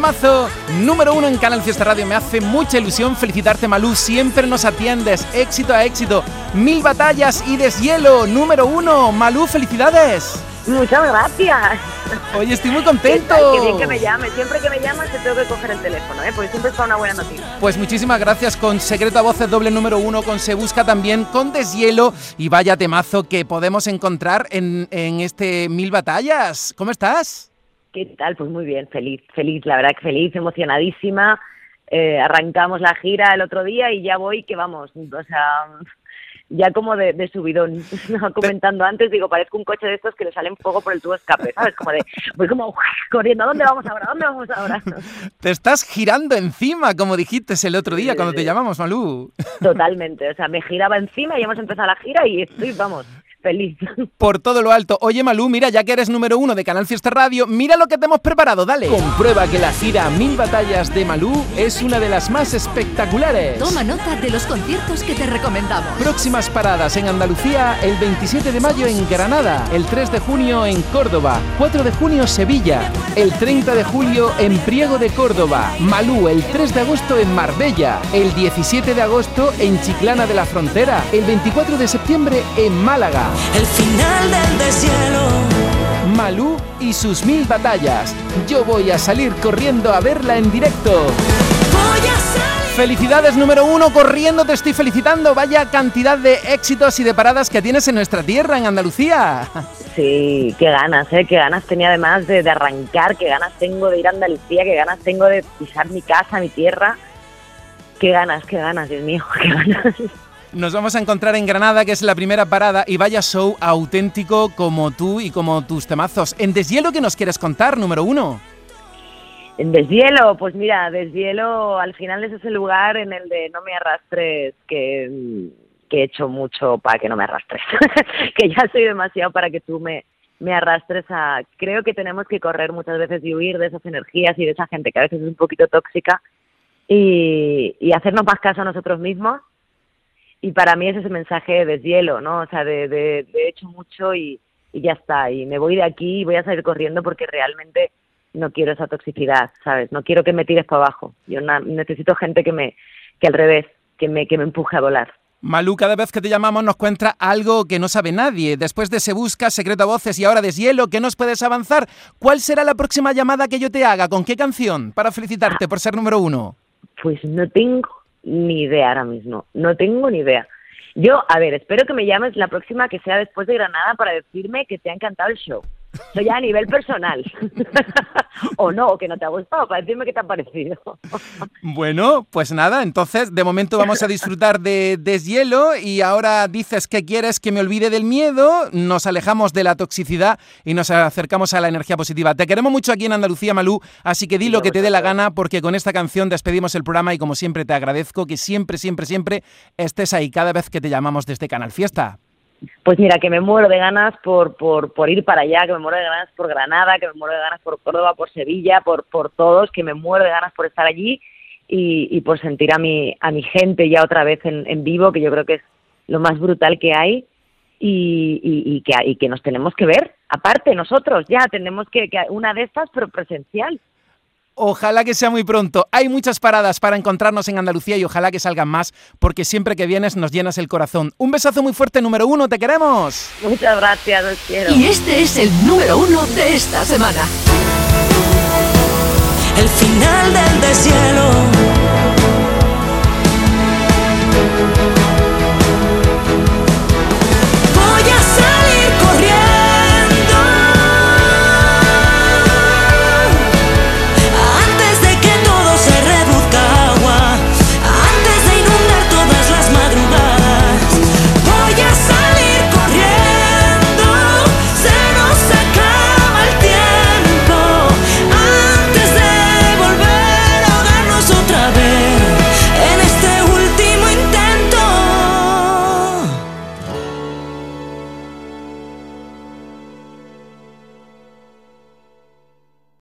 temazo número 1 en Canal Fiesta Radio. Me hace mucha ilusión felicitarte, Malú. Siempre nos atiendes. Éxito a éxito. 1000 batallas y Deshielo, número 1. Malú, felicidades. Muchas gracias. Oye, estoy muy contento. Qué bien que me llames. Siempre que me llamas te tengo que coger el teléfono, porque siempre es para una buena noticia. Pues muchísimas gracias con Secreto a Voces doble número 1, con Se Busca también, con Deshielo. Y vaya temazo que podemos encontrar en este 1000 batallas. ¿Cómo estás? ¿Qué tal? Pues muy bien, feliz, la verdad que feliz, emocionadísima. Arrancamos la gira el otro día y ya voy que vamos, o sea, ya como de subidón. Comentando antes, digo, parezco un coche de estos que le salen fuego por el tubo escape, ¿sabes? Voy como corriendo, ¿dónde vamos ahora? Te estás girando encima, como dijiste el otro día cuando te llamamos, Malú. Totalmente, o sea, me giraba encima y hemos empezado la gira y estoy, vamos, feliz. Por todo lo alto. Oye, Malú, mira, ya que eres número 1 de Canal Fiesta Radio, mira lo que te hemos preparado, dale. Comprueba que la gira 1000 batallas de Malú es una de las más espectaculares. Toma nota de los conciertos que te recomendamos. Próximas paradas en Andalucía, el 27 de mayo en Granada, el 3 de junio en Córdoba, 4 de junio Sevilla, el 30 de julio en Priego de Córdoba, Malú el 3 de agosto en Marbella, el 17 de agosto en Chiclana de la Frontera, el 24 de septiembre en Málaga. El final del deshielo. Malú y sus 1000 batallas. Yo voy a salir corriendo a verla en directo. Voy a salir. Felicidades número 1, corriendo te estoy felicitando. Vaya cantidad de éxitos y de paradas que tienes en nuestra tierra, en Andalucía. Sí, qué ganas tenía además de arrancar, qué ganas tengo de ir a Andalucía, qué ganas tengo de pisar mi casa, mi tierra. Qué ganas, Dios mío, qué ganas. Nos vamos a encontrar en Granada, que es la primera parada, y vaya show auténtico como tú y como tus temazos. ¿En Deshielo qué nos quieres contar, número 1? En Deshielo, pues mira, Deshielo al final es ese lugar en el de no me arrastres, que he hecho mucho para que no me arrastres, que ya soy demasiado para que tú me arrastres a... Creo que tenemos que correr muchas veces y huir de esas energías y de esa gente que a veces es un poquito tóxica y hacernos más caso a nosotros mismos. Y para mí es ese mensaje de Deshielo, ¿no? O sea, de he hecho mucho y ya está. Y me voy de aquí y voy a salir corriendo porque realmente no quiero esa toxicidad, ¿sabes? No quiero que me tires para abajo. Yo necesito gente que al revés, que me empuje a volar. Malú, cada vez que te llamamos nos cuenta algo que no sabe nadie. Después de Se Busca, Secreto a Voces y ahora Deshielo, ¿qué nos puedes avanzar? ¿Cuál será la próxima llamada que yo te haga? ¿Con qué canción? Para felicitarte por ser número 1. Pues no tengo ni idea ahora mismo, no tengo ni idea. Yo, a ver, espero que me llames la próxima que sea después de Granada para decirme que te ha encantado el show. Eso ya a nivel personal. O no, o que no te ha gustado, para decirme qué te ha parecido. Bueno, pues nada, entonces de momento vamos a disfrutar de Deshielo y ahora dices que quieres que me olvide del miedo, nos alejamos de la toxicidad y nos acercamos a la energía positiva. Te queremos mucho aquí en Andalucía, Malú, así que di lo que te dé la gana porque con esta canción despedimos el programa y como siempre te agradezco que siempre estés ahí cada vez que te llamamos desde Canal Fiesta. Pues mira, que me muero de ganas por ir para allá, que me muero de ganas por Granada, que me muero de ganas por Córdoba, por Sevilla, por todos, que me muero de ganas por estar allí y por sentir a mi gente ya otra vez en vivo, que yo creo que es lo más brutal que hay y que nos tenemos que ver. Aparte, nosotros ya tenemos que una de estas, pero presencial. Ojalá que sea muy pronto. Hay muchas paradas para encontrarnos en Andalucía y ojalá que salgan más, porque siempre que vienes nos llenas el corazón. Un besazo muy fuerte, número 1, te queremos. Muchas gracias, os quiero. Y este es el número 1 de esta semana. El final del deshielo.